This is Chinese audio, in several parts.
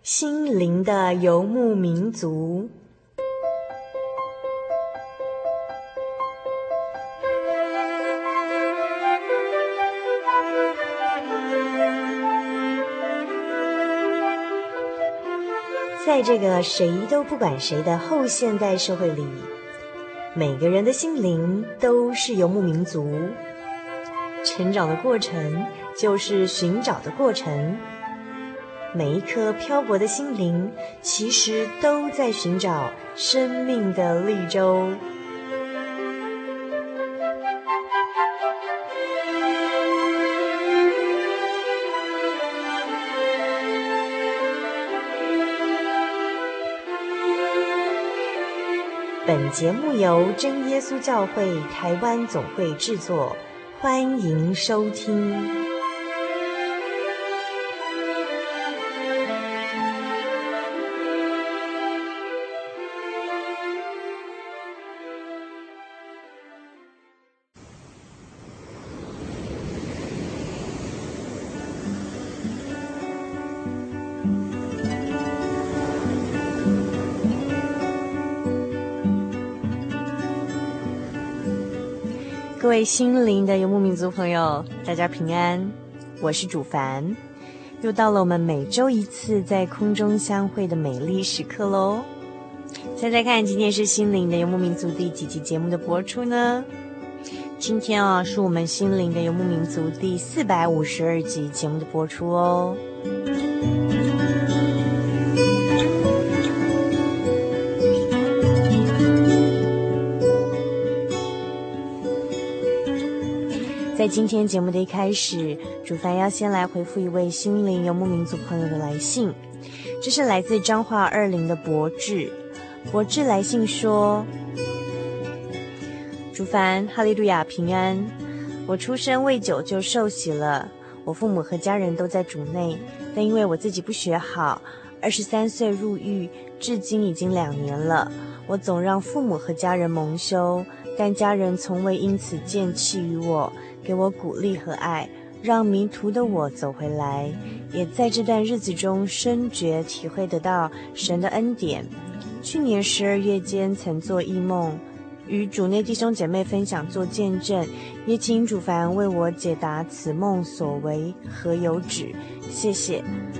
心灵的游牧民族。在这个谁都不管谁的后现代社会里，每个人的心灵都是游牧民族。成长的过程就是寻找的过程，每一颗漂泊的心灵其实都在寻找生命的绿洲。本节目由真耶稣教会台湾总会制作，欢迎收听。各位心灵的游牧民族朋友，大家平安，我是主凡，又到了我们每周一次在空中相会的美丽时刻咯。猜猜看，今天是心灵的游牧民族第几集节目的播出呢？今天是我们心灵的游牧民族第452集节目的播出哦。在今天节目的一开始，主凡要先来回复一位心灵游牧民族朋友的来信，这是来自彰化20的博智。博智来信说：主凡，哈利路亚，平安。我出生未久就受洗了，我父母和家人都在主内，但因为我自己不学好，23岁入狱，至今已经2年了。我总让父母和家人蒙羞，但家人从未因此见弃于我，给我鼓励和爱，让迷途的我走回来，也在这段日子中深觉体会得到神的恩典。去年12月间曾做异梦，与主内弟兄姐妹分享做见证，也请主凡为我解答此梦所为何有指，谢谢。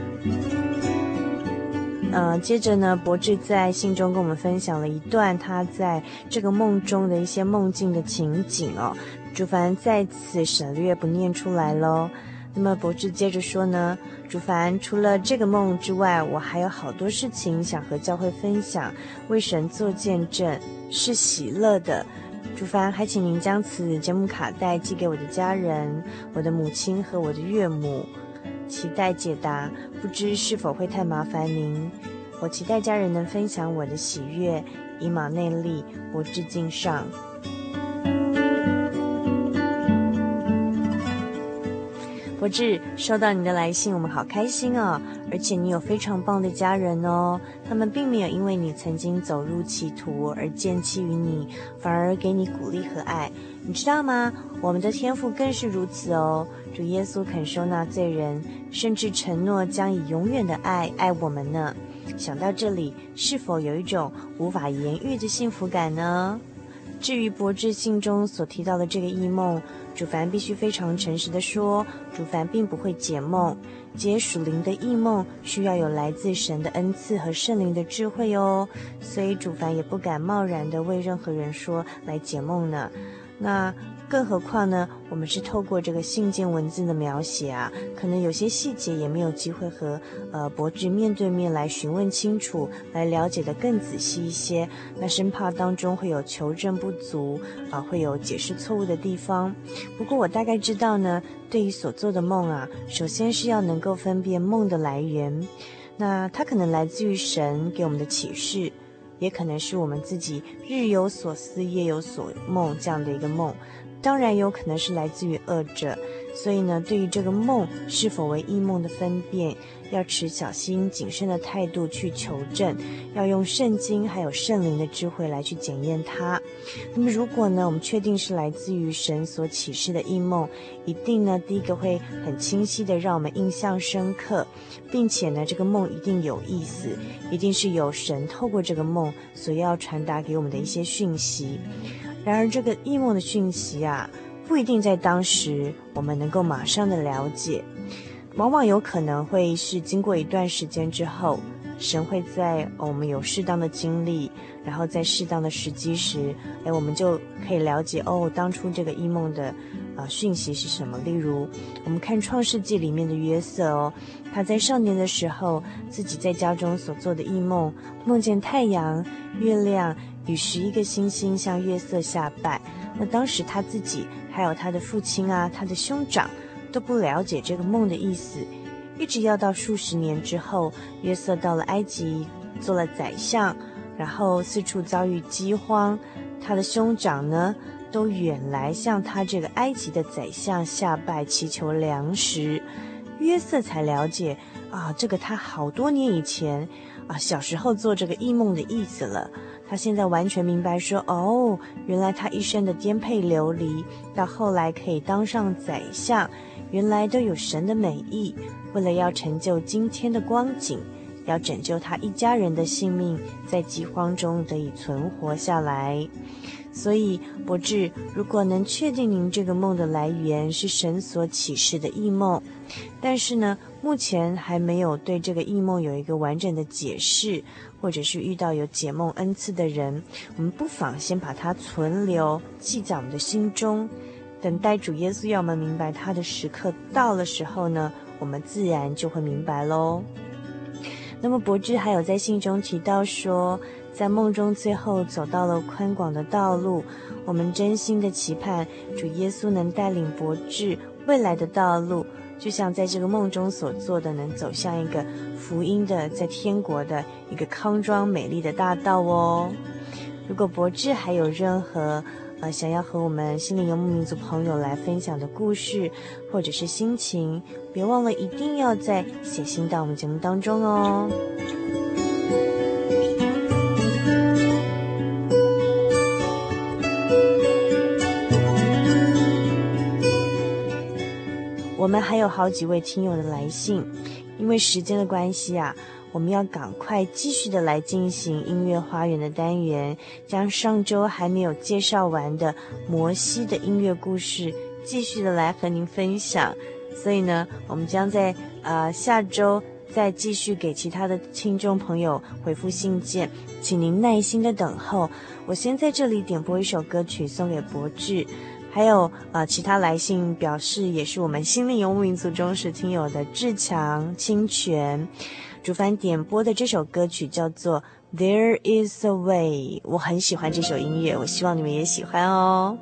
接着呢，博智在信中跟我们分享了一段他在这个梦中的一些梦境的情景哦，主凡在此省略不念出来咯。那么博智接着说呢，主凡，除了这个梦之外，我还有好多事情想和教会分享，为神做见证，是喜乐的。主凡，还请您将此节目卡带寄给我的家人，我的母亲和我的岳母，期待解答，不知是否会太麻烦您。我期待家人能分享我的喜悦，以马内利，博智敬上。博智，收到你的来信，我们好开心哦！而且你有非常棒的家人哦，他们并没有因为你曾经走入歧途而见弃于你，反而给你鼓励和爱。你知道吗？我们的天父更是如此哦。主耶稣肯收纳罪人，甚至承诺将以永远的爱爱我们呢。想到这里，是否有一种无法言喻的幸福感呢？至于博智信中所提到的这个异梦，主凡必须非常诚实地说，主凡并不会解梦，解属灵的异梦需要有来自神的恩赐和圣灵的智慧哦，所以主凡也不敢贸然地为任何人说来解梦呢。那更何况呢，我们是透过这个信件文字的描写啊，可能有些细节也没有机会和博智面对面来询问清楚，来了解得更仔细一些，那生怕当中会有求证不足会有解释错误的地方。不过我大概知道呢，对于所做的梦啊，首先是要能够分辨梦的来源，那它可能来自于神给我们的启示，也可能是我们自己日有所思夜有所梦这样的一个梦，当然有可能是来自于恶者， 所以呢，对于这个梦是否为异梦的分辨，要持小心谨慎的态度去求证，要用圣经还有圣灵的智慧来去检验它。那么如果呢，我们确定是来自于神所启示的异梦，一定呢，第一个会很清晰的让我们印象深刻，并且呢，这个梦一定有意思，一定是有神透过这个梦所要传达给我们的一些讯息。然而这个异梦的讯息啊，不一定在当时我们能够马上的了解，往往有可能会是经过一段时间之后，神会在我们有适当的经历，然后在适当的时机时，我们就可以了解当初这个异梦的讯息是什么。例如我们看创世纪里面的约瑟他在少年的时候自己在家中所做的异梦，梦见太阳、月亮与11个星星向月色下拜。那当时他自己还有他的父亲他的兄长都不了解这个梦的意思，一直要到数十年之后，约瑟到了埃及做了宰相，然后四处遭遇饥荒，他的兄长呢都远来向他这个埃及的宰相下拜祈求粮食，约瑟才了解这个他好多年以前小时候做这个异梦的意思了。他现在完全明白说原来他一生的颠沛流离，到后来可以当上宰相，原来都有神的美意，为了要成就今天的光景，要拯救他一家人的性命，在饥荒中得以存活下来。所以伯智，如果能确定您这个梦的来源是神所启示的异梦，但是呢目前还没有对这个异梦有一个完整的解释，或者是遇到有解梦恩赐的人，我们不妨先把它存留记在我们的心中，等待主耶稣要我们明白他的时刻到了时候呢，我们自然就会明白咯。那么伯智还有在信中提到说，在梦中最后走到了宽广的道路，我们真心的期盼主耶稣能带领伯智未来的道路，就像在这个梦中所做的，能走向一个福音的在天国的一个康庄美丽的大道哦。如果伯智还有任何想要和我们心灵游牧民族朋友来分享的故事或者是心情，别忘了一定要再写信到我们节目当中哦。我们还有好几位听友的来信，因为时间的关系我们要赶快继续的来进行音乐花园的单元，将上周还没有介绍完的摩西的音乐故事继续的来和您分享。所以呢，我们将在下周再继续给其他的听众朋友回复信件，请您耐心的等候。我先在这里点播一首歌曲送给伯智，还有其他来信表示也是我们心灵游牧民族忠实听友的志强、清泉，主凡点播的这首歌曲叫做 There is a Way， 我很喜欢这首音乐，我希望你们也喜欢哦。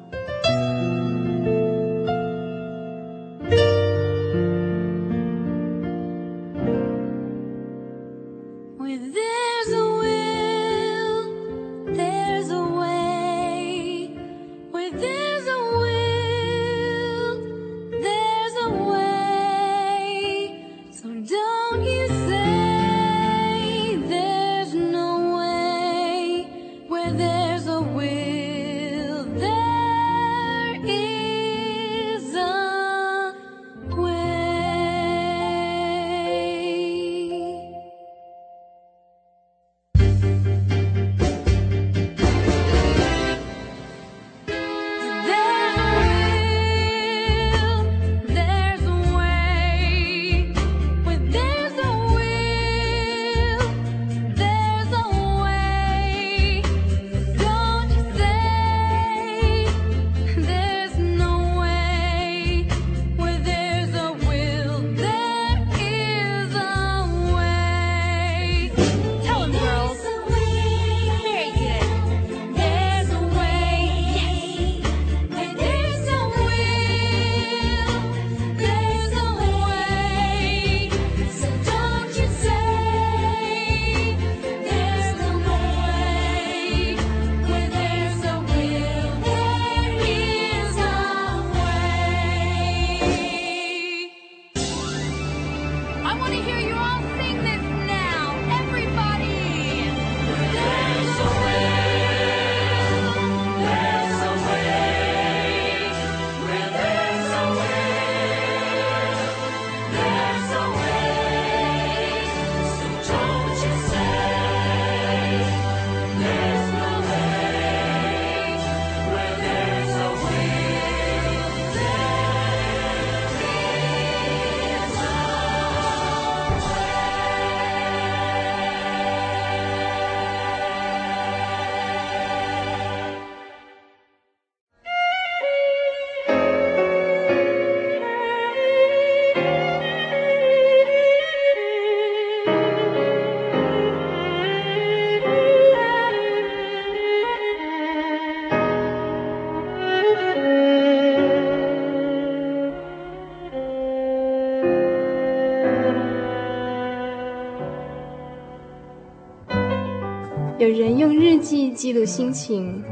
有人用日记记录心情，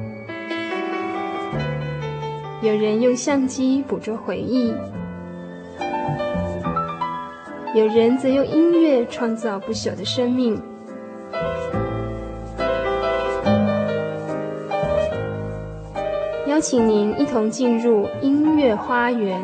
有人用相机捕捉回忆，有人则用音乐创造不朽的生命。邀请您一同进入音乐花园。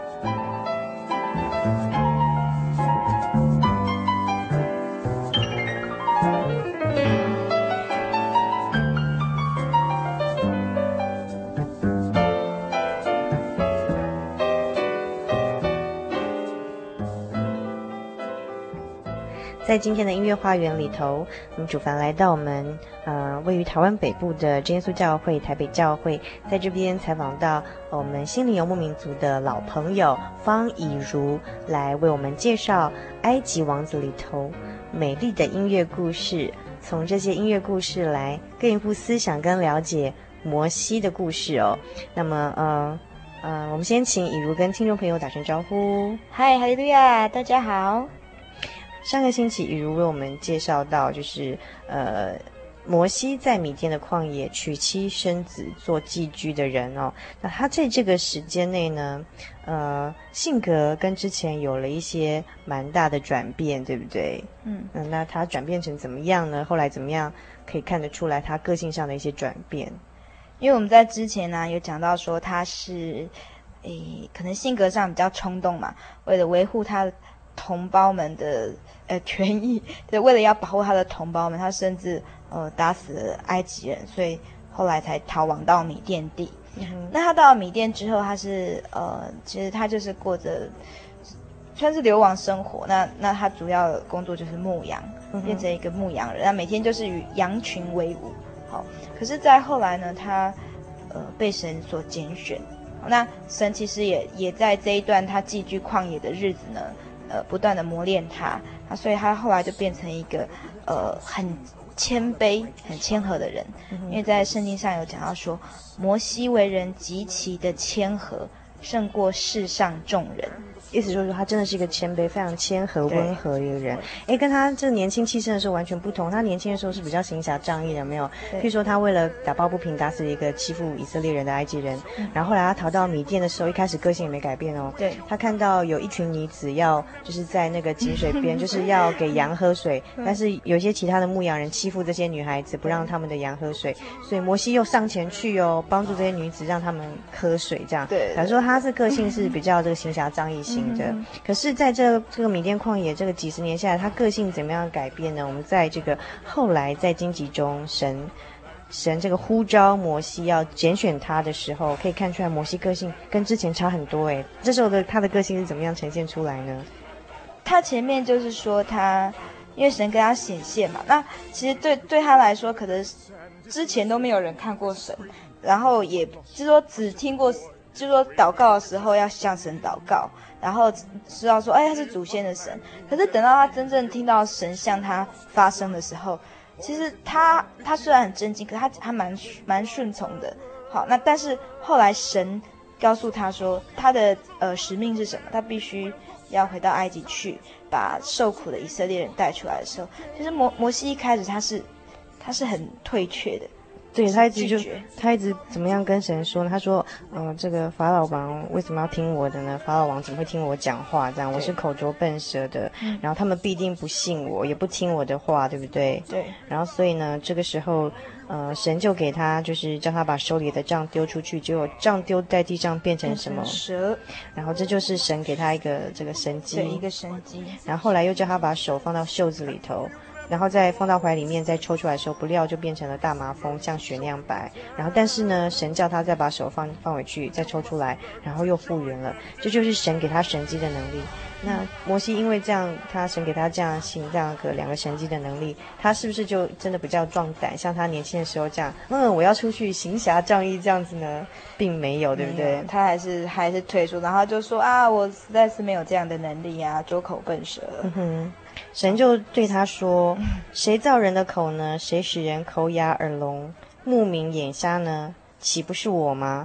在今天的音乐花园里头，我们主凡来到我们位于台湾北部的真耶稣教会台北教会，在这边采访到我们心灵游牧民族的老朋友方以如，来为我们介绍埃及王子里头美丽的音乐故事，从这些音乐故事来更一步思想跟了解摩西的故事哦。那么我们先请以如跟听众朋友打声招呼。 嗨，哈利路亚，大家好。 上个星期以如为我们介绍到，就是摩西在米甸的旷野娶妻生子做寄居的人哦。那他在这个时间内呢，性格跟之前有了一些蛮大的转变，对不对？那他转变成怎么样呢？后来怎么样可以看得出来他个性上的一些转变？ 因为我们在之前呢有讲到说他是可能性格上比较冲动嘛，为了维护他同胞们的权益，对，为了要保护他的同胞们，他甚至打死了埃及人，所以后来才逃亡到米甸地。那他到了米甸之后，他是其实他就是过着算是流亡生活。那他主要的工作就是牧羊，变成一个牧羊人，那每天就是与羊群为伍。好，可是再后来呢，他被神所拣选。那神其实也在这一段他寄居旷野的日子呢，不断的磨练他，所以他后来就变成一个很谦卑、很谦和的人。因为在圣经上有讲到说，摩西为人极其的谦和，胜过世上众人。 意思就是说他真的是一个谦卑、非常谦和、温和的一个人。跟他这年轻气盛的时候完全不同。他年轻的时候是比较行侠仗义的，没有？譬如说他为了打抱不平，打死了一个欺负以色列人的埃及人。然后后来他逃到米甸的时候，一开始个性也没改变哦。 对， 他看到有一群女子要就是在那个井水边，就是要给羊喝水，但是有一些其他的牧羊人欺负这些女孩子，不让他们的羊喝水，所以摩西又上前去哦，帮助这些女子让他们喝水，这样。 对， 他说他是个性是比较这个行侠仗义型的。可是在这个米甸旷野这个几十年下来，他个性怎么样改变呢？我们在这个后来在荆棘中，神这个呼召摩西要拣选他的时候，可以看出来摩西个性跟之前差很多。这时候他的个性是怎么样呈现出来呢？ 他前面就是说因为神跟他显现嘛，那其实对他来说，可能之前都没有人看过神，然后也就是说只听过，就是说祷告的时候要向神祷告，然后知道说他是祖先的神。可是等到他真正听到神向他发声的时候，其实他虽然很震惊，可是他蛮顺从的。好，那但是后来神告诉他说他的使命是什么，他必须要回到埃及去，把受苦的以色列人带出来的时候，其实摩西一开始他是很退却的。 对，他一直怎么样跟神说呢？他说，这个法老王为什么要听我的呢？法老王怎么会听我讲话？这样，我是口拙笨舌的，然后他们必定不信我，也不听我的话，对不对？ 对。 然后所以呢，这个时候，神就给他，就是叫他把手里的杖丢出去，结果杖丢在地上变成什么？ 蛇。 然后这就是神给他一个这个神迹， 对，一个神迹。 然后后来又叫他把手放到袖子里头。然后再放到怀里面，再抽出来的时候，不料就变成了大麻风，像雪那样白。然后但是呢，神叫他再把手放回去，再抽出来，然后又复原了。这就是神给他神迹的能力。那摩西因为这样，神给他这样行这样个两个神迹的能力，他是不是就真的比较壮胆，像他年轻的时候这样？我要出去行侠仗义这样子呢，并没有，对不对？ 他还是退出，然后就说我实在是没有这样的能力啊，拙口笨舌。 神就对他说：“谁造人的口呢？谁使人口哑耳聋、目明眼瞎呢？岂不是我吗？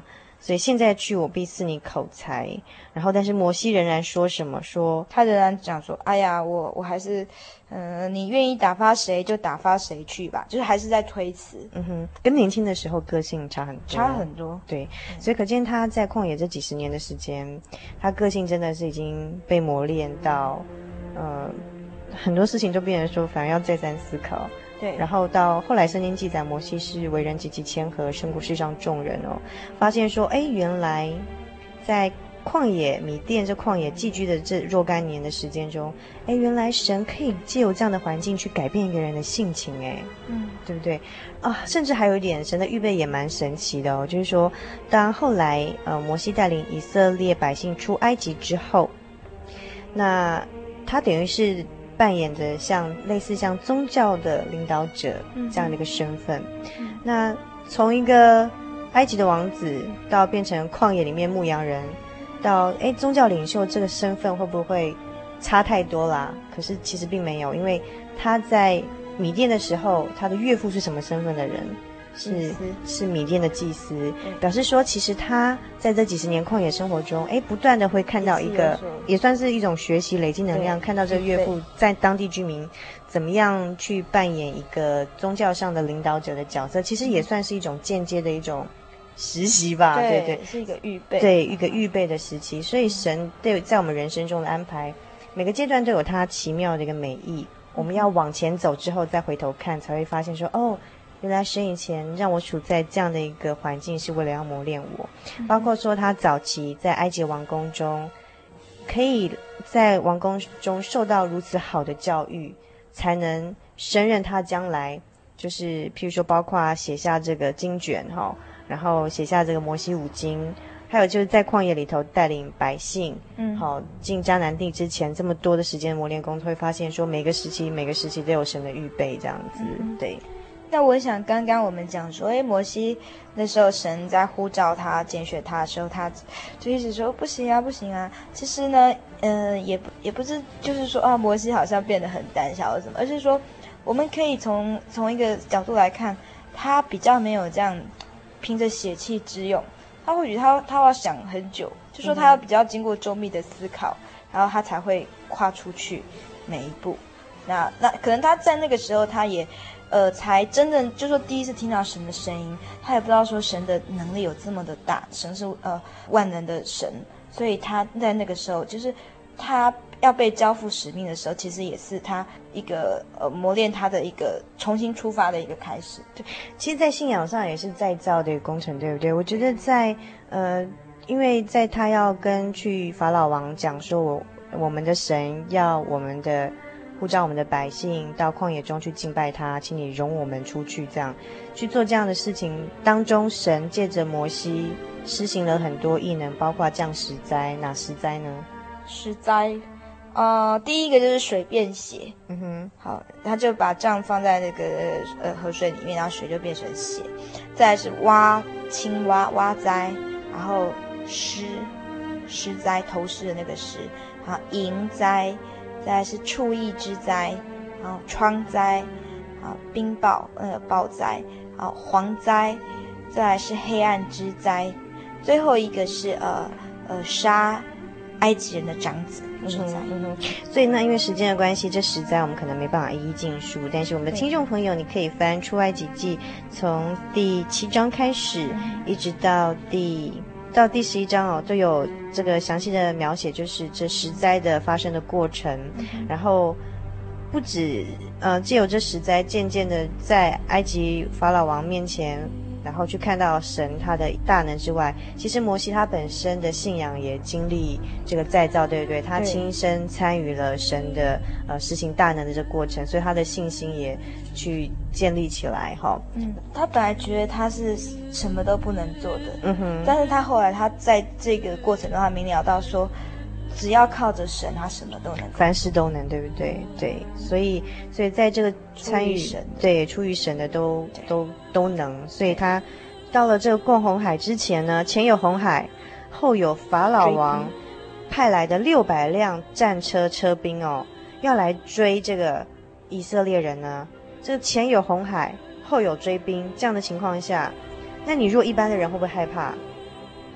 所以现在去我必赐你口才。然后但是摩西仍然说什么，说他仍然讲说，哎呀，我还是你愿意打发谁就打发谁去吧，就是还是在推辞。 跟年轻的时候个性差很多，对，所以可见他在旷野这几十年的时间，他个性真的是已经被磨练到很多事情都变成说反而要再三思考。 对， 然后到后来圣经记载摩西是为人极其谦和，胜过世上众人哦，发现说原来在旷野米甸这旷野寄居的这若干年的时间中，原来神可以借由这样的环境去改变一个人的性情，对不对啊？甚至还有一点神的预备也蛮神奇的哦，就是说当后来摩西带领以色列百姓出埃及之后，那他等于是扮演着类似像宗教的领导者这样的一个身份。那从一个埃及的王子到变成旷野里面牧羊人，到宗教领袖，这个身份会不会差太多啦？可是其实并没有，因为他在米甸的时候，他的岳父是什么身份的人？是米甸的祭司，表示说其实他在这几十年旷野生活中，不断的会看到一个，也算是一种学习累积能量，看到这个岳父在当地居民怎么样去扮演一个宗教上的领导者的角色，其实也算是一种间接的一种实习吧，对， 是一个预备， 对，一个预备的时期。所以神对在我们人生中的安排，每个阶段都有他奇妙的一个美意，我们要往前走之后再回头看，才会发现说原来神以前让我处在这样的一个环境是为了要磨练我，包括说他早期在埃及王宫中，可以在王宫中受到如此好的教育，才能胜任他将来就是譬如说包括写下这个经卷然后写下这个摩西五经，还有就是在旷野里头带领百姓进迦南地之前这么多的时间磨练工作，会发现说每个时期都有神的预备这样子。对， 那我想刚刚我们讲说摩西那时候神在呼召他拣选他的时候，他就一直说不行啊。其实呢也不是就是说摩西好像变得很胆小或什么，而是说我们可以从一个角度来看，他比较没有这样凭着血气之勇，他或许他要想很久，就说他要比较经过周密的思考，然后他才会跨出去每一步。那可能他在那个时候他也才真正就说第一次听到神的声音，他也不知道说神的能力有这么的大，神是万能的神，所以他在那个时候就是他要被交付使命的时候，其实也是他一个磨练他的一个重新出发的一个开始。 对，其实在信仰上也是再造的一个工程，对不对？我觉得在因为在他要跟去法老王讲说我们的神要我们的呼召我们的百姓到旷野中去敬拜他，请你容我们出去，这样去做这样的事情当中，神借着摩西施行了很多异能，包括降十灾。哪十灾呢？ 十灾第一个就是水变血，好，他就把杖放在那个河水里面，然后水就变成血。再来是青蛙灾，然后狮灾，头狮的那个狮，然后蝇灾，再来是畜疫之灾，然后疮灾，然后冰雹雹灾，然后蝗灾，再来是黑暗之灾，最后一个是杀埃及人的长子。 所以呢，因为时间的关系，这十灾我们可能没办法一一尽述，但是我们的听众朋友，你可以翻出埃及记，从第7章开始，一直到第11章都有这个详细的描写，就是这十灾的发生的过程。然后不止藉由这十灾，渐渐的在埃及法老王面前，然后去看到神他的大能之外，其实摩西他本身的信仰也经历这个再造，对不对？他亲身参与了神的实行大能的这个过程，所以他的信心也去建立起来他本来觉得他是什么都不能做的，但是他后来他在这个过程中他明了到说，只要靠着神，他什么都能， 凡事都能，对不对？对，所以在这个参与神，对，出于神的都能。所以他到了这个过红海之前呢，前有红海，后有法老王派来的600辆战车车兵要来追这个以色列人呢。这个前有红海，后有追兵，这样的情况下，那你如果一般的人会不会害怕？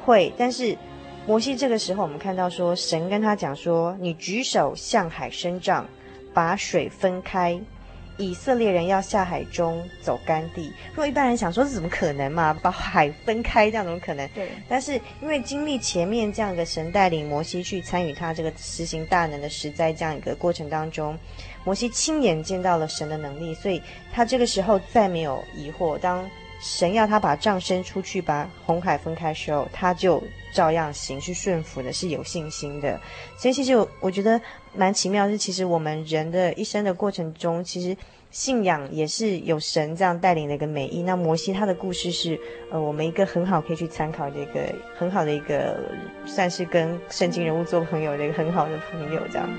会，但是摩西这个时候我们看到说，神跟他讲说，你举手向海伸杖，把水分开，以色列人要下海中走干地。如果一般人想说这怎么可能嘛，把海分开这样怎么可能？ 对。 但是因为经历前面这样一个神带领摩西去参与他这个实行大能的实在这样一个过程当中，摩西亲眼见到了神的能力，所以他这个时候再没有疑惑。当神要他把杖伸出去把红海分开的时候，他就照样行，是顺服的，是有信心的。所以其实我觉得蛮奇妙的是，其实我们人的一生的过程中，其实信仰也是有神这样带领的一个美意。那摩西他的故事是我们一个很好可以去参考的一个很好的一个，算是跟圣经人物做朋友的一个很好的朋友这样。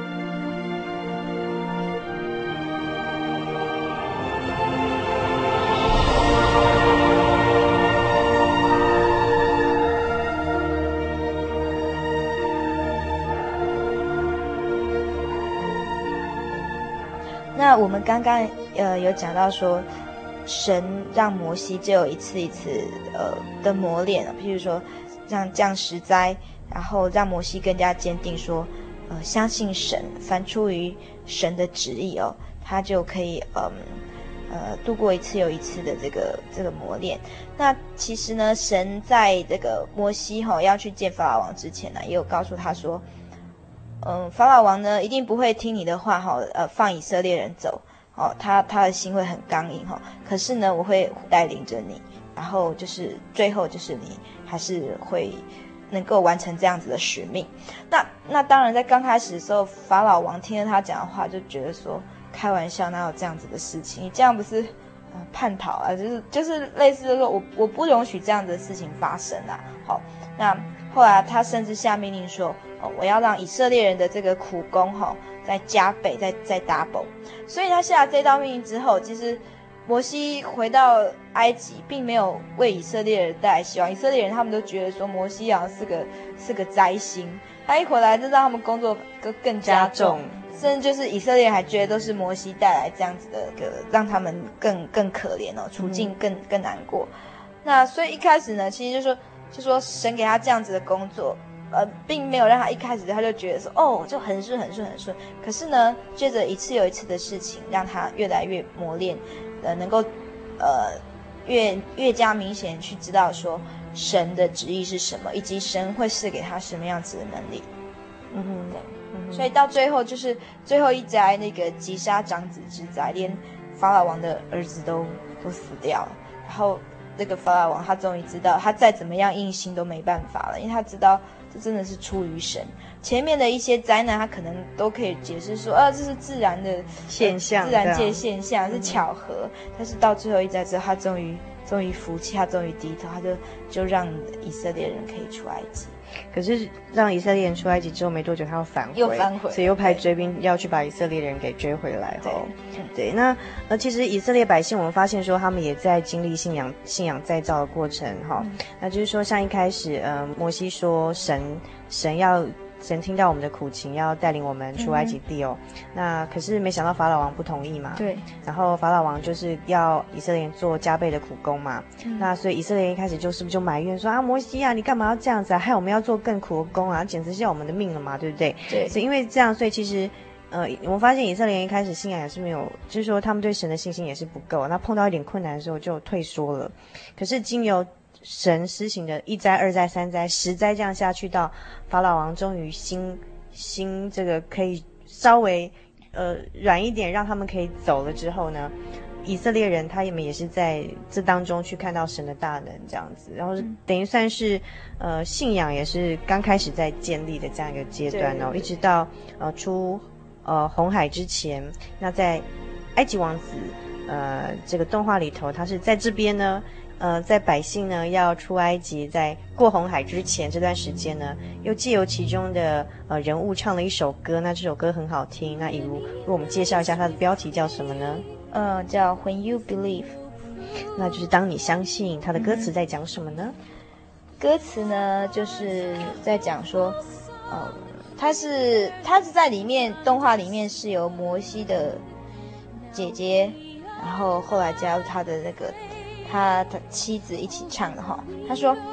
那我们刚刚有讲到说，神让摩西只有一次一次的磨练，譬如说像降十灾，然后让摩西更加坚定说，相信神，凡出于神的旨意哦，他就可以度过一次又一次的这个磨练。那其实呢，神在这个摩西要去见法老王之前呢，也有告诉他说，法老王呢一定不会听你的话放以色列人走他的心会很刚硬可是呢我会带领着你，然后就是最后就是你还是会能够完成这样子的使命。那当然在刚开始的时候，法老王听了他讲的话就觉得说，开玩笑，哪有这样子的事情？你这样不是叛逃啊？就是类似的说，我不容许这样子的事情发生啊。好，那后来他甚至下命令说，我要让以色列人的这个苦工再加倍，再 double。所以他下了这道命令之后，其实摩西回到埃及，并没有为以色列人带来希望。以色列人他们都觉得说，摩西好像是个灾星，他一回来就让他们工作更加重，甚至就是以色列人还觉得都是摩西带来这样子的让他们更可怜处境更难过。那所以一开始呢，其实就说神给他这样子的工作，并没有让他一开始他就觉得说，就很顺。可是呢，接着一次又一次的事情，让他越来越磨练，能够越加明显去知道说神的旨意是什么，以及神会赐给他什么样子的能力。对。所以到最后就是最后一灾那个击杀长子之灾，连法老王的儿子都死掉了。然后这个法老王他终于知道，他再怎么样硬心都没办法了，因为他知道这真的是出于神。前面的一些灾难他可能都可以解释说，这是自然的现象， 自然界现象，是巧合。但是到最后一灾之后，他终于服气，他终于低头，他就让以色列人可以出埃及。 可是让以色列人出埃及之后没多久，他又返回，所以又派追兵要去把以色列人给追回来。对，那其实以色列百姓，我们发现说他们也在经历信仰再造的过程那就是说，像一开始摩西说神听到我们的苦情，要带领我们出埃及地那可是没想到法老王不同意嘛。 对。 然后法老王就是要以色列人做加倍的苦工嘛。那所以以色列人一开始是不是就埋怨说，摩西啊，你干嘛要这样子啊？害我们要做更苦的工啊，简直是要我们的命了嘛，对不对？ 对。 所以因为这样，所以其实我们发现以色列人一开始信仰也是没有，就是说他们对神的信心也是不够。那碰到一点困难的时候就退缩了。可是经由神施行的1灾、2灾、3灾、10灾这样下去，到法老王终于心这个可以稍微软一点，让他们可以走了之后呢，以色列人他们也是在这当中去看到神的大能这样子，然后等于算是信仰也是刚开始在建立的这样一个阶段一直到出红海之前。那在埃及王子这个动画里头，他是在这边呢。在百姓呢要出埃及，在过红海之前这段时间呢，又借由其中的人物唱了一首歌。那这首歌很好听。那以如我们介绍一下它的标题叫什么呢？ 叫 When You Believe。 那就是当你相信。它的歌词在讲什么呢？ 歌词呢就是在讲说，它是在里面动画里面是由摩西的姐姐，然后后来加入他的他妻子一起唱的他说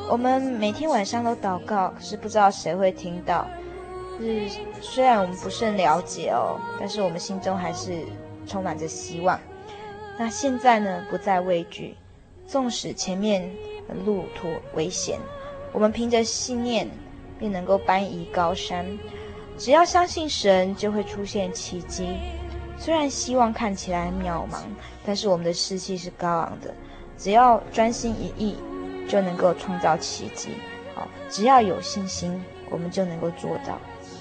我们每天晚上都祷告，可是不知道谁会听到。就是虽然我们不是很了解哦，但是我们心中还是充满着希望。那现在呢，不再畏惧，纵使前面的路途危险，我们凭着信念便能够搬移高山。只要相信神，就会出现奇迹。虽然希望看起来渺茫，但是我们的士气是高昂的。只要专心一意，就能够创造奇迹。好，只要有信心，我们就能够做到。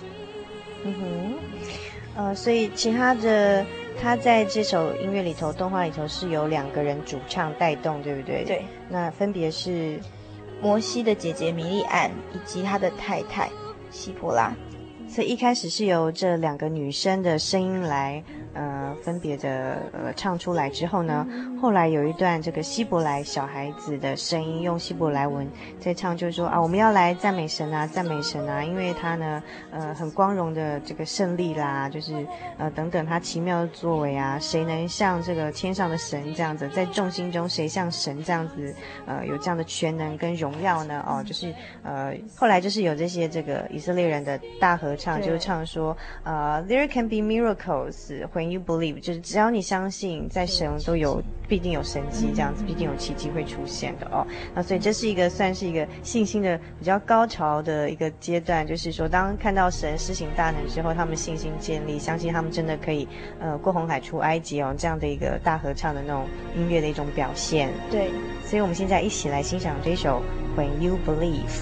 所以其他的，他在这首音乐里头、动画里头是有2个人主唱带动，对不对？ 对。 那分别是摩西的姐姐米利暗以及他的太太希伯拉。 所以一开始是由这2个女生的声音来分别的唱出来之后呢，后来有一段这个希伯来小孩子的声音用希伯来文在唱，就是说我们要来赞美神啊，赞美神啊，因为他呢很光荣的这个胜利啦，就是等等他奇妙的作为啊，谁能像这个天上的神这样子，在众星中谁像神这样子有这样的全能跟荣耀呢？就是后来就是有这些这个以色列人的大合唱，就是唱说There can be miracles when you believe， 就是只要你相信，在神都有必定有神迹这样子，必定有奇迹会出现的哦。那所以这是一个算是一个信心的比较高潮的一个阶段，就是说当看到神施行大能之后，他们信心建立，相信他们真的可以过红海出埃及哦，这样的一个大合唱的那种音乐的一种表现。 对， 所以我们现在一起来欣赏这首 When You Believe。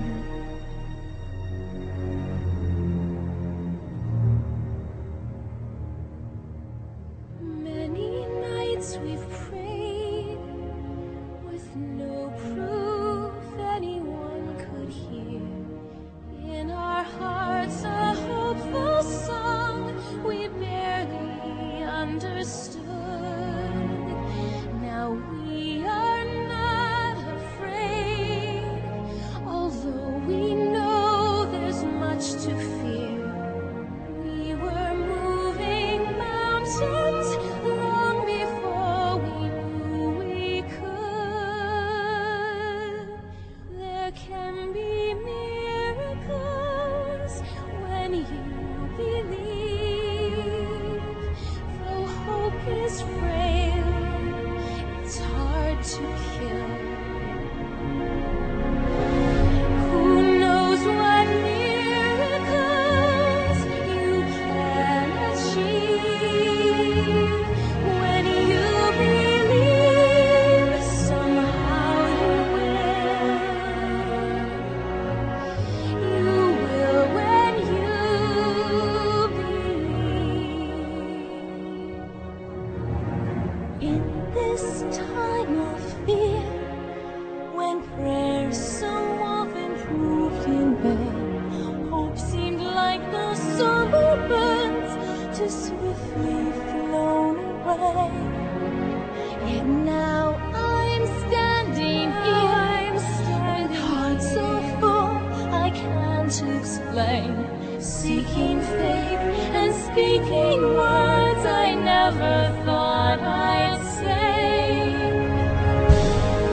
Seeking faith and speaking words I never thought I'd say.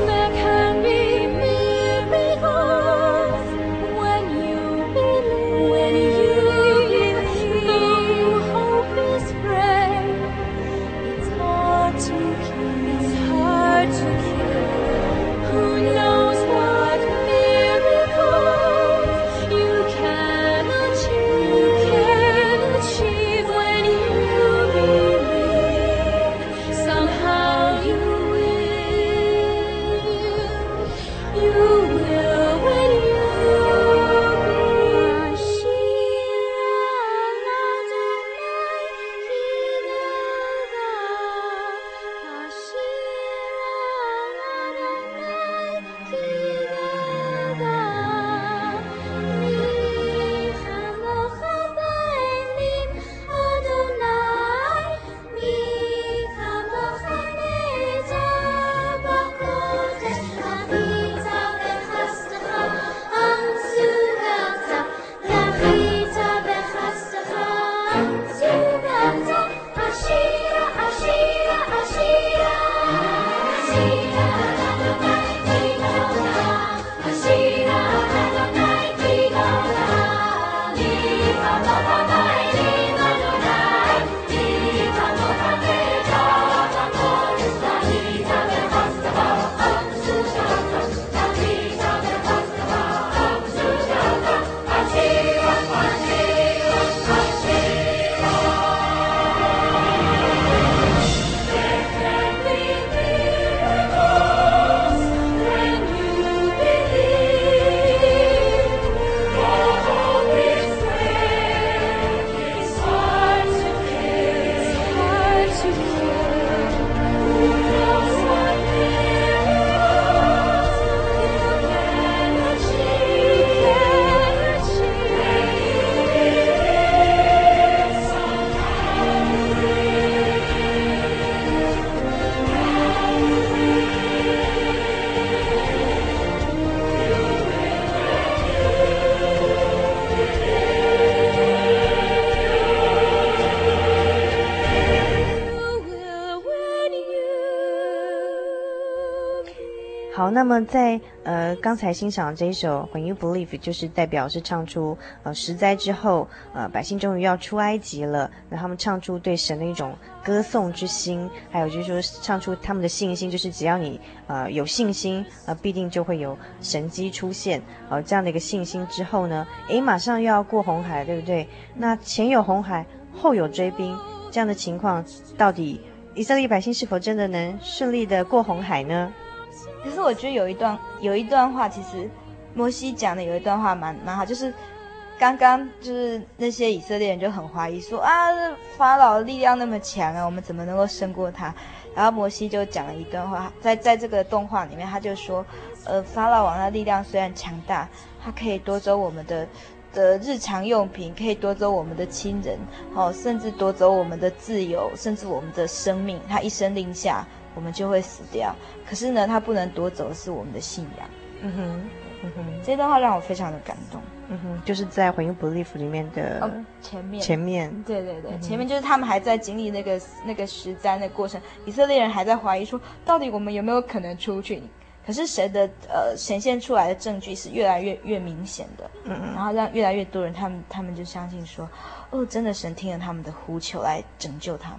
好，那么在刚才欣赏这一首 When You Believe， 就是代表是唱出十灾之后百姓终于要出埃及了，那他们唱出对神的一种歌颂之心，还有就是说唱出他们的信心，就是只要你有信心必定就会有神迹出现这样的一个信心之后呢，马上又要过红海，对不对？那前有红海，后有追兵，这样的情况到底以色列百姓是否真的能顺利的过红海呢？ 可是我觉得有一段话，其实摩西讲的有一段话蛮好，就是刚刚就是那些以色列人就很怀疑说法老的力量那么强我们怎么能够胜过他？然后摩西就讲了一段话，在这个动画里面，他就说法老王的力量虽然强大，他可以夺走我们的日常用品，可以夺走我们的亲人甚至夺走我们的自由，甚至我们的生命，他一声令下我们就会死掉。可是呢，他不能夺走的是我们的信仰。这段话让我非常的感动。 就是在 When You Believe 里面的前面， 对，前面就是他们还在经历那个十灾的过程，以色列人还在怀疑说，到底我们有没有可能出去？可是神的显现出来的证据是越来越明显的，然后让越来越多人他们就相信说，真的神听了他们的呼求来拯救他们。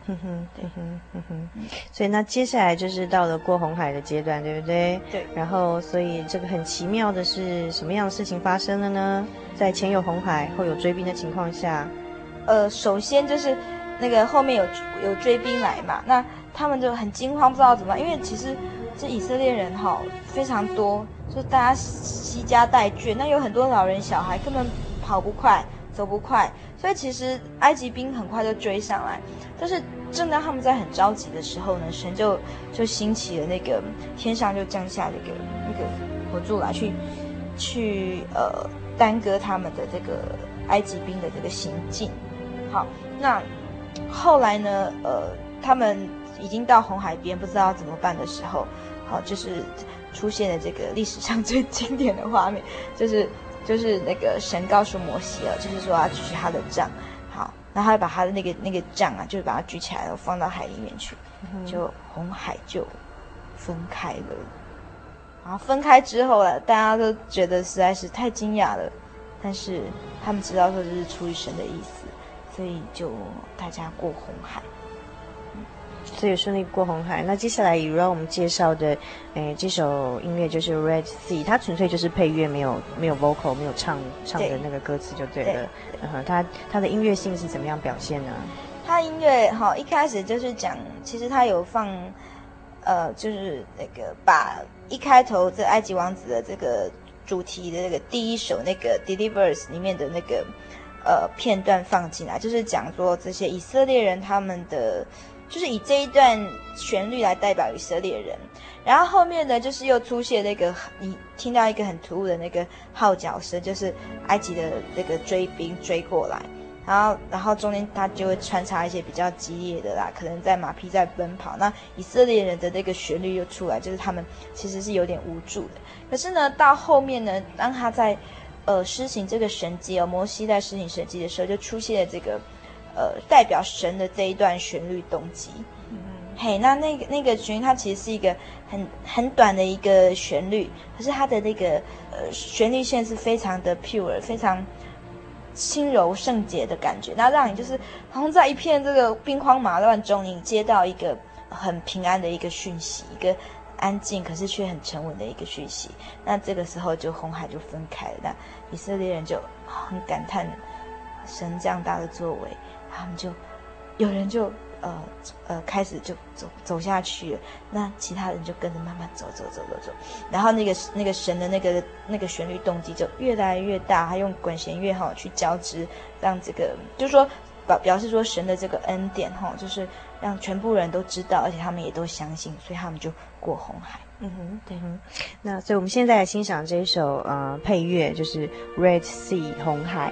所以那接下来就是到了过红海的阶段，对不对？ 对。 然后所以这个很奇妙的是什么样的事情发生了呢？在前有红海后有追兵的情况下， 首先就是那个后面有追兵来嘛，那他们就很惊慌，不知道怎么办，因为其实这以色列人非常多，就大家惜家带眷，那有很多老人小孩根本跑不快走不快，所以其实埃及兵很快就追上来。但是正当他们在很着急的时候呢，神就兴起了那个天上就降下那个火柱来去耽搁他们的这个埃及兵的这个行进。好，那后来呢他们已经到红海边不知道怎么办的时候，就是出现了这个历史上最经典的画面，就是那个神告诉摩西就是说要举起他的杖，好，然后他把他的那个杖就是把它举起来了，放到海里面去，就红海就分开了。然后分开之后大家都觉得实在是太惊讶了，但是他们知道说这是出于神的意思，所以就大家过红海。 所以顺利过红海。那接下来如让我们介绍的这首音乐就是 Red Sea， 它纯粹就是配乐，没有 vocal， 没有唱的那个歌词就对了。它的音乐性是怎么样表现呢？ 它音乐一开始就是讲，其实它有放就是那个把一开头这埃及王子的这个主题的这个第一首那个 Deliverance 里面的那个片段放进来，就是讲说这些以色列人他们的，就是以这一段旋律来代表以色列人。然后后面呢，就是又出现那个你听到一个很突兀的那个号角声，就是埃及的那个追兵追过来，然后中间他就会穿插一些比较激烈的啦，可能在马匹在奔跑，那以色列人的那个旋律又出来，就是他们其实是有点无助的。可是呢，到后面呢，当他在施行这个神迹摩西在施行神迹的时候，就出现了这个代表神的这一段旋律动机。那个旋律它其实是一个很短的一个旋律，可是它的那个旋律线是非常的 pure， 非常轻柔圣洁的感觉，那让你就是好像在一片这个兵荒马乱中，你接到一个很平安的一个讯息，一个安静可是却很沉稳的一个讯息。那这个时候就红海就分开了，那以色列人就很感叹神这样大的作为，他们就有人就开始就走下去了，那其他人就跟着慢慢走，然后那个神的那个旋律动机就越来越大，他用管弦乐去交织，让这个就是说表示说神的这个恩典就是让全部人都知道，而且他们也都相信，所以他们就过红海。 对。那所以我们现在来欣赏这一首配乐，就是 Red Sea 红海。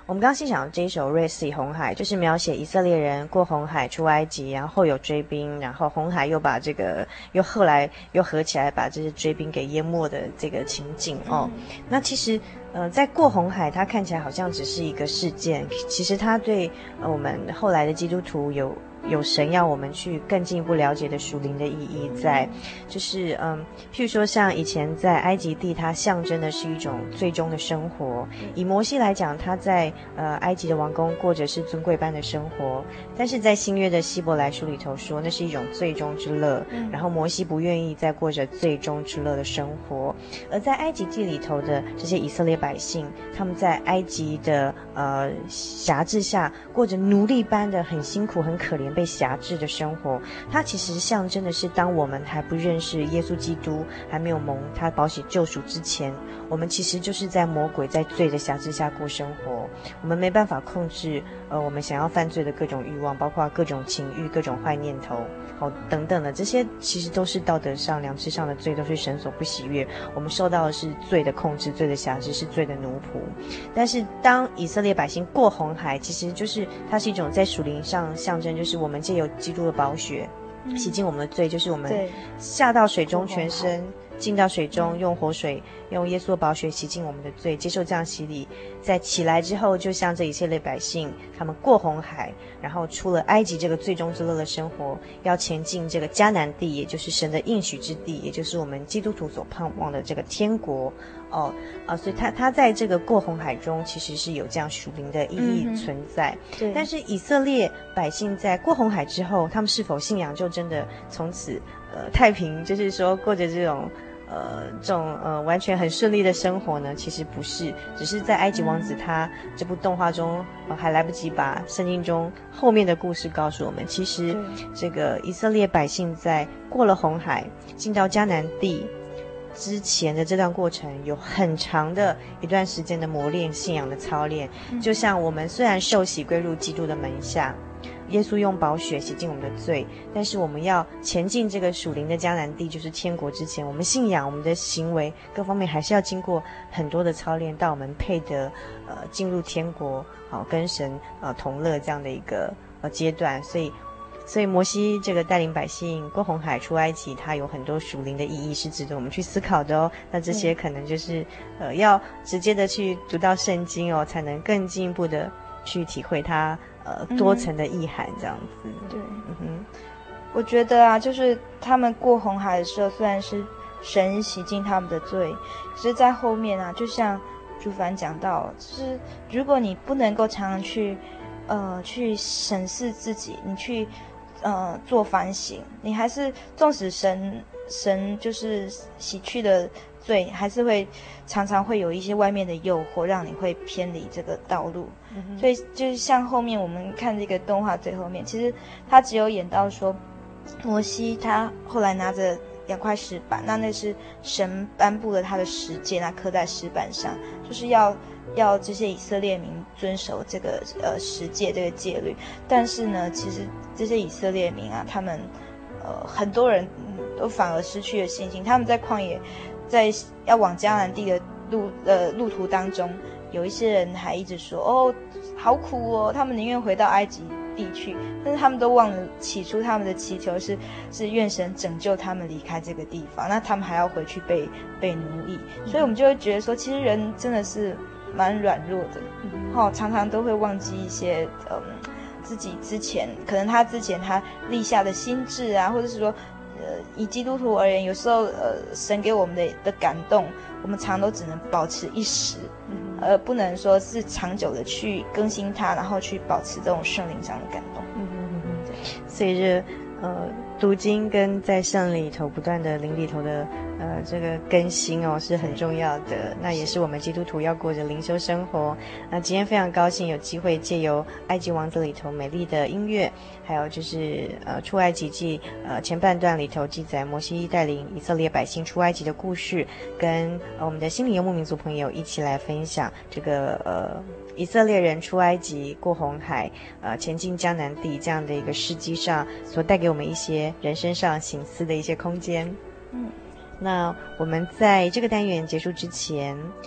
我们刚欣赏的这一首《Red Sea》红海，就是描写以色列人过红海出埃及，然后有追兵，然后红海又把这个后来又合起来把这些追兵给淹没的这个情景哦。那其实在过红海，它看起来好像只是一个事件，其实它对我们后来的基督徒有神要我们去更进一步了解的属灵的意义在，就是譬如说像以前在埃及地，它象征的是一种最终的生活。以摩西来讲，他在埃及的王宫过着是尊贵般的生活，但是在新约的希伯来书里头说，那是一种最终之乐。然后摩西不愿意再过着最终之乐的生活，而在埃及地里头的这些以色列百姓，他们在埃及的辖制下过着奴隶般的很辛苦很可怜被辖制的生活。它其实象征的是，当我们还不认识耶稣基督，还没有蒙他宝血救赎之前，我们其实就是在魔鬼在罪的辖制下过生活。我们没办法控制我们想要犯罪的各种欲望，包括各种情欲、各种坏念头等等的，这些其实都是道德上良知上的罪，都是神所不喜悦。我们受到的是罪的控制，罪的辖制，是罪的奴仆。但是当以色列百姓过红海，其实就是它是一种在属灵上象征，就是我们借由基督的宝血洗净我们的罪，就是我们下到水中，全身进到水中，用活水，用耶稣的宝血洗净我们的罪，接受这样洗礼，在起来之后，就像这以色列百姓，他们过红海，然后出了埃及这个最终之乐的生活，要前进这个迦南地，也就是神的应许之地，也就是我们基督徒所盼望的这个天国所以他在这个过红海中，其实是有这样属灵的意义存在。对。但是以色列百姓在过红海之后，他们是否信仰就真的从此太平，就是说过着这种完全很顺利的生活呢？其实不是，只是在埃及王子他这部动画中还来不及把圣经中后面的故事告诉我们。其实这个以色列百姓在过了红海，进到迦南地之前的这段过程，有很长的一段时间的磨练，信仰的操练。就像我们虽然受洗归入基督的门下，耶稣用宝血洗净我们的罪，但是我们要前进这个属灵的迦南地，就是天国之前，我们信仰我们的行为各方面还是要经过很多的操练，到我们配得进入天国跟神同乐这样的一个阶段。所以摩西这个带领百姓过红海出埃及，它有很多属灵的意义是值得我们去思考的哦。那这些可能就是要直接的去读到圣经哦，才能更进一步的去体会它多层的意涵这样子。 对，我觉得啊，就是他们过红海的时候，虽然是神洗净他们的罪，可是在后面啊，就像朱凡讲到，就是如果你不能够常常去审视自己，你去做反省，你还是纵使神就是洗去的罪，还是会常常会有一些外面的诱惑，让你会偏离这个道路。所以就是像后面我们看这个动画最后面，其实他只有演到说摩西他后来拿着2块石板，那是神颁布了他的十诫，那刻在石板上，就是要这些以色列民遵守这个十诫这个戒律。但是呢，其实这些以色列民啊，他们很多人都反而失去了信心。他们在旷野，在要往迦南地的路途当中，有一些人还一直说好苦哦，他们宁愿回到埃及地去，但是他们都忘了起初他们的祈求是愿神拯救他们离开这个地方，那他们还要回去被奴役。所以我们就会觉得说，其实人真的是蛮软弱的，常常都会忘记一些自己之前可能他立下的心志啊，或者是说以基督徒而言，有时候神给我们的感动，我们常都只能保持一时，不能说是长久的去更新它，然后去保持这种圣灵上的感动。 所以这读经跟在圣里头不断的灵里头的这个更新是很重要的。那也是我们基督徒要过着灵修生活。那今天非常高兴有机会借由埃及王子里头美丽的音乐，还有就是出埃及记前半段里头记载摩西带领以色列百姓出埃及的故事，跟我们的心灵游牧民族朋友一起来分享这个以色列人出埃及过红海前进迦南地这样的一个事迹上所带给我们一些人生上省思的一些空间。那我们在这个单元结束之前，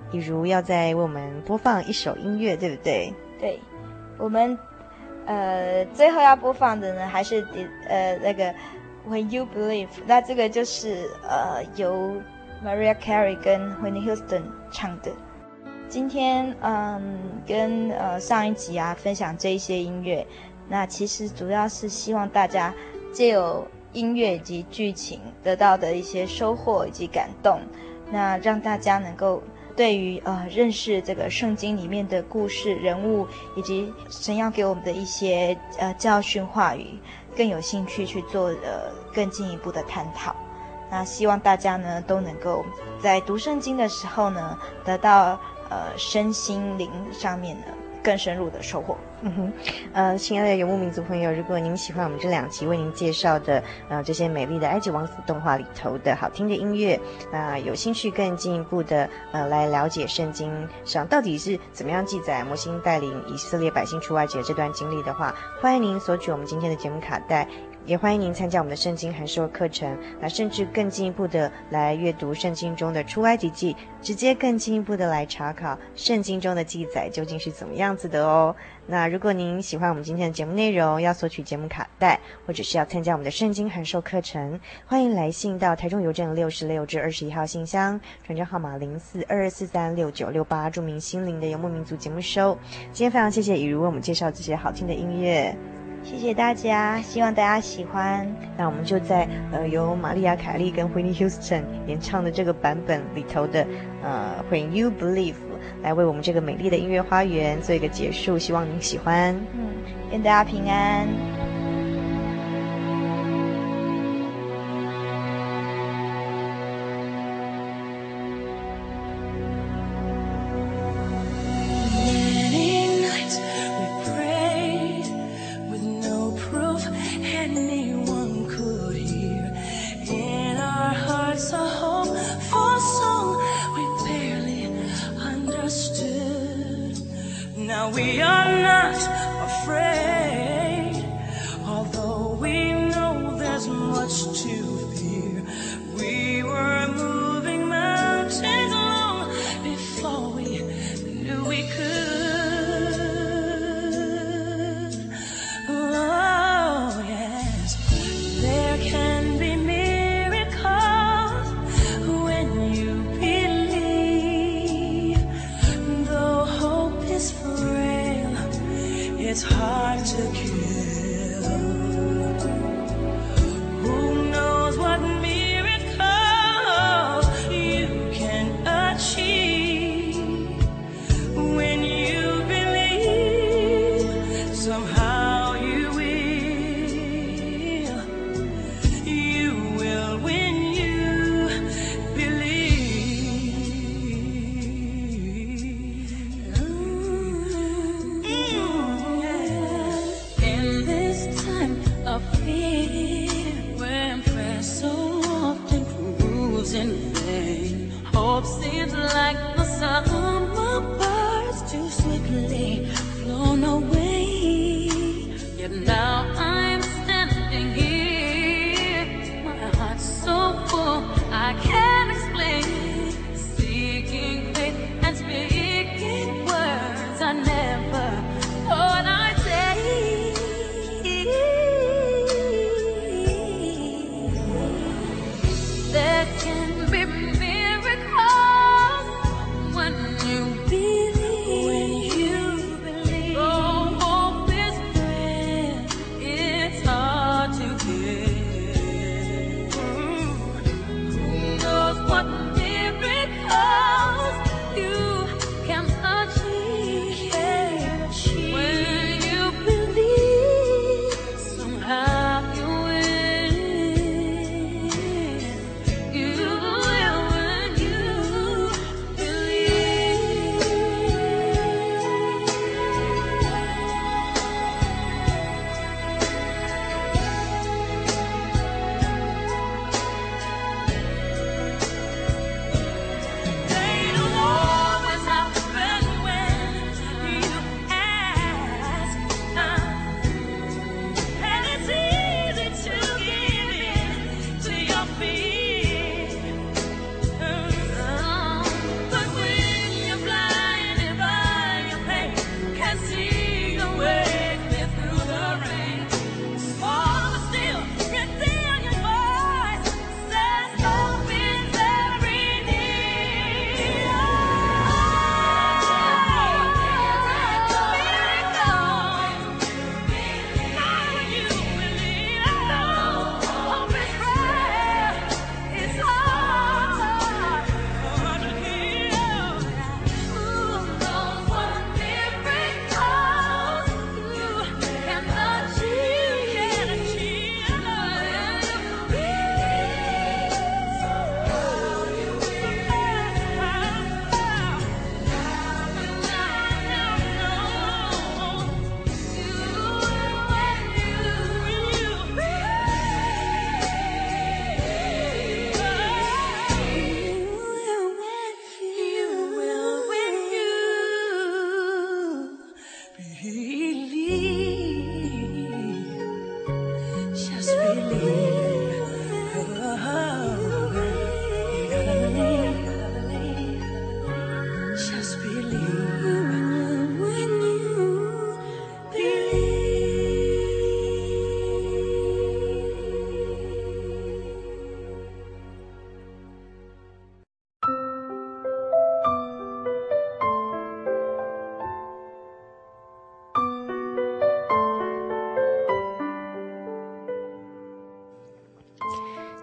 比如要再为我们播放一首音乐，对不对？ 对，我们最后要播放的呢，还是那个 When You Believe， 那这个就是由 Mariah Carey 跟 Whitney Houston 唱的。今天跟上一集啊分享这一些音乐，那其实主要是希望大家藉由音乐以及剧情得到的一些收获以及感动，那让大家能够对于认识这个圣经里面的故事人物，以及神要给我们的一些教训话语更有兴趣去做更进一步的探讨。那希望大家呢都能够在读圣经的时候呢得到身心灵上面呢更深入的收获。 亲爱的游牧民族朋友，如果您喜欢我们这2集为您介绍的这些美丽的埃及王子动画里头的好听的音乐，那有兴趣更进一步的来了解圣经上到底是怎么样记载摩西带领以色列百姓出埃及的这段经历的话，欢迎您索取我们今天的节目卡带，也欢迎您参加我们的圣经函授课程，那甚至更进一步的来阅读圣经中的出埃及记，直接更进一步的来查考圣经中的记载究竟是怎么样子的哦。那如果您喜欢我们今天的节目内容，要索取节目卡带，或者是要参加我们的圣经函授课程，欢迎来信到台中邮政66至21号信箱，传真号码0422436968，注明心灵的游牧民族节目收。今天非常谢谢以如为我们介绍这些好听的音乐， 谢谢大家，希望大家喜欢。 那我们就在由玛丽亚·凯莉跟 Whitney Houston 演唱的这个版本里头的When You Believe 来为我们这个美丽的音乐花园做一个结束，希望您喜欢。 愿大家平安。 Now we are not afraid, although we know there's much to fear. We were moving mountains long before we knew we could. Oh yes, there can be miracles when you believe. Though hope is frail, it's hard to kill. Who knows what miracle you can achieve when you believe? Somehow you will when you believe. In this time of fear, when prayer so often proves in vain, hope seems like the summer birds too swiftly flown away. Yet now I'm standing here, my heart's so full I can't explain, seeking faith and speaking words I never thought I'd say. There can be miracles when you believe. When you believe. Though hope is frail, it's hard to get. Who knows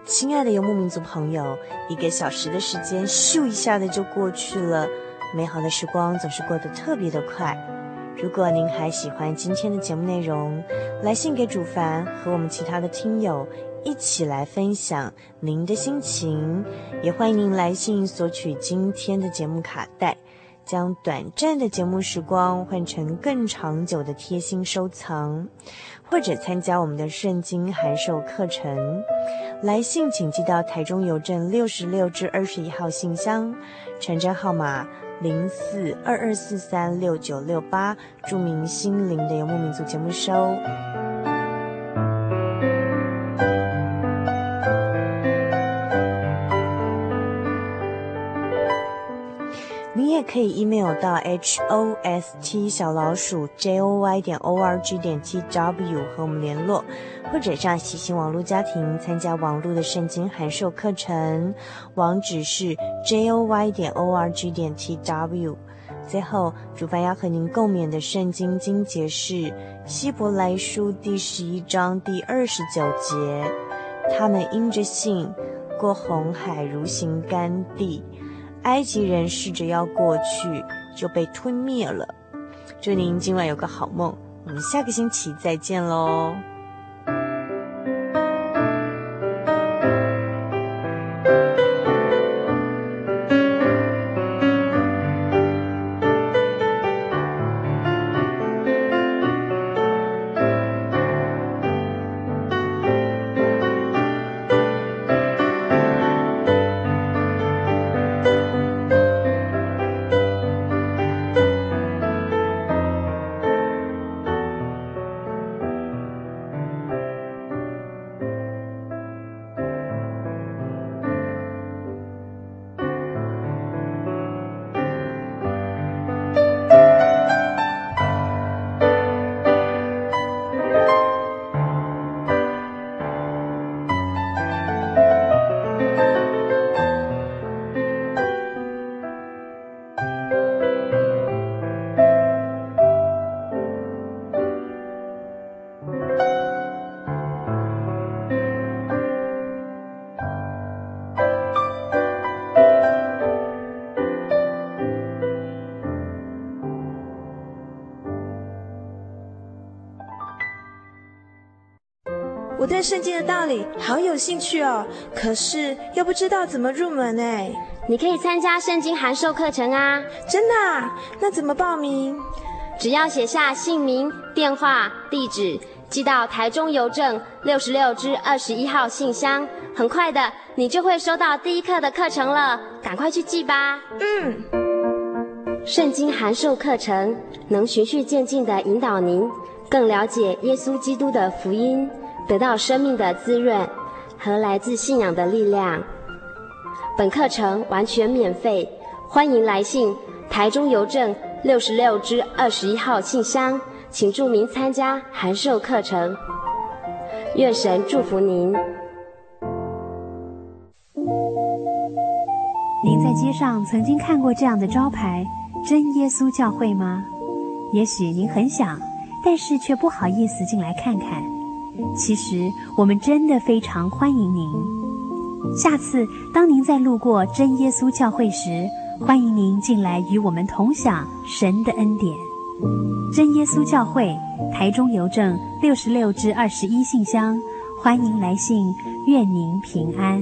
亲爱的游牧民族朋友，1个小时的时间咻一下的就过去了，美好的时光总是过得特别的快。如果您还喜欢今天的节目内容，来信给主凡和我们其他的听友一起来分享您的心情，也欢迎您来信索取今天的节目卡带，将短暂的节目时光换成更长久的贴心收藏，或者参加我们的圣经函授课程。来信请寄到台中邮政66至21号信箱，传真号码0422436968，注明心灵的游牧民族节目收。你也可以 email 到 host_joy.org.tw 和我们联络，或者上喜信网络家庭参加网络的圣经函授课程，网址是 joy.org.tw。最后，主凡要和您共勉的圣经经节是希伯来书第11章第29节，他们因着信过红海如行干地，埃及人试着要过去，就被吞灭了。祝您今晚有个好梦，我们下个星期再见喽。 我对圣经的道理好有兴趣哦，可是又不知道怎么入门哎。 你可以参加圣经函授课程啊。 真的啊？那怎么报名？ 只要写下姓名、电话、地址，寄到台中邮政66至21号信箱，很快的你就会收到第一课的课程了，赶快去寄吧。圣经函授课程能循序渐进地引导您更了解耶稣基督的福音，得到生命的滋润和来自信仰的力量。本课程完全免费，欢迎来信台中邮政66至21号信箱，请注明参加函授课程。愿神祝福您。 您在街上曾经看过这样的招牌“真耶稣教会”吗？也许您很想，但是却不好意思进来看看。其实我们真的非常欢迎您。下次当您再路过真耶稣教会时，欢迎您进来与我们同享神的恩典。真耶稣教会，台中邮政66至21信箱，欢迎来信，愿您平安。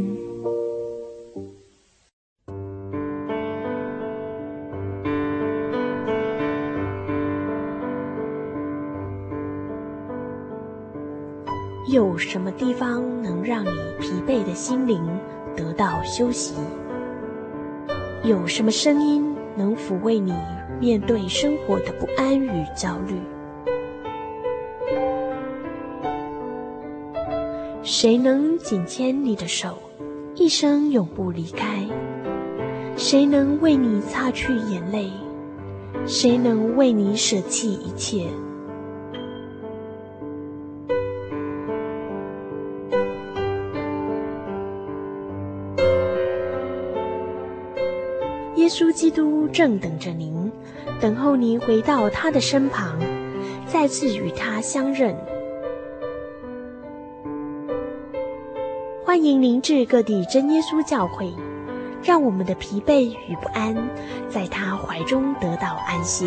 有什么地方能让你疲惫的心灵得到休息？有什么声音能抚慰你面对生活的不安与焦虑？谁能紧牵你的手，一生永不离开？谁能为你擦去眼泪？谁能为你舍弃一切？耶稣基督正等着您，等候您回到他的身旁，再次与他相认。 欢迎您至各地真耶稣教会，让我们的疲惫与不安在他怀中得到安歇。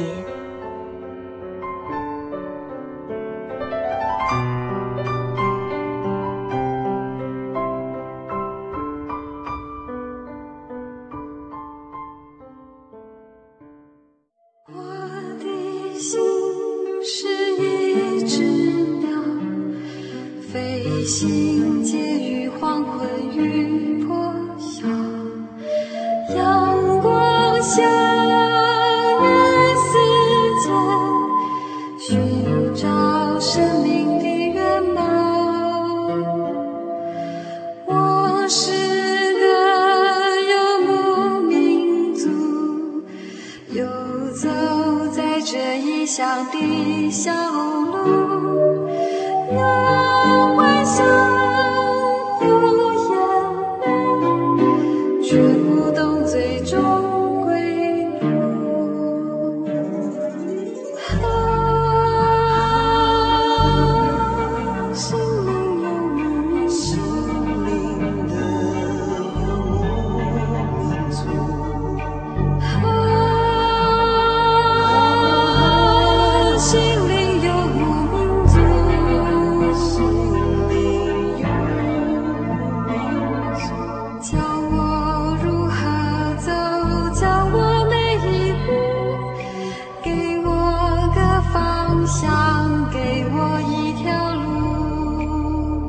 心结于黄昏与破晓，阳光下与世界寻找生命的原貌。我是个游牧民族，游走在这异乡的小路，有微笑，有眼泪，却不懂最终归路。心灵游牧民族，心灵的游牧民族。心灵游牧民族。教我如何走，教我每一步，给我个方向，给我一条路。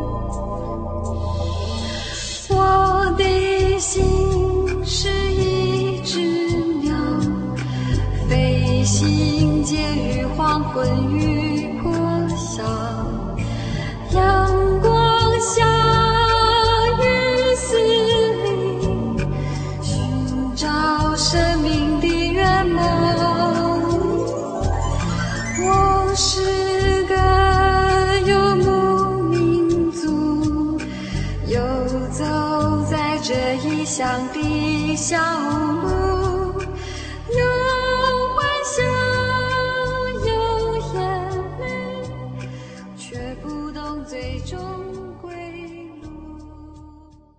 我的心是一只鸟，飞行介于黄昏与破晓，阳光下生命的原貌。我是个游牧民族，游走在这异乡的小路。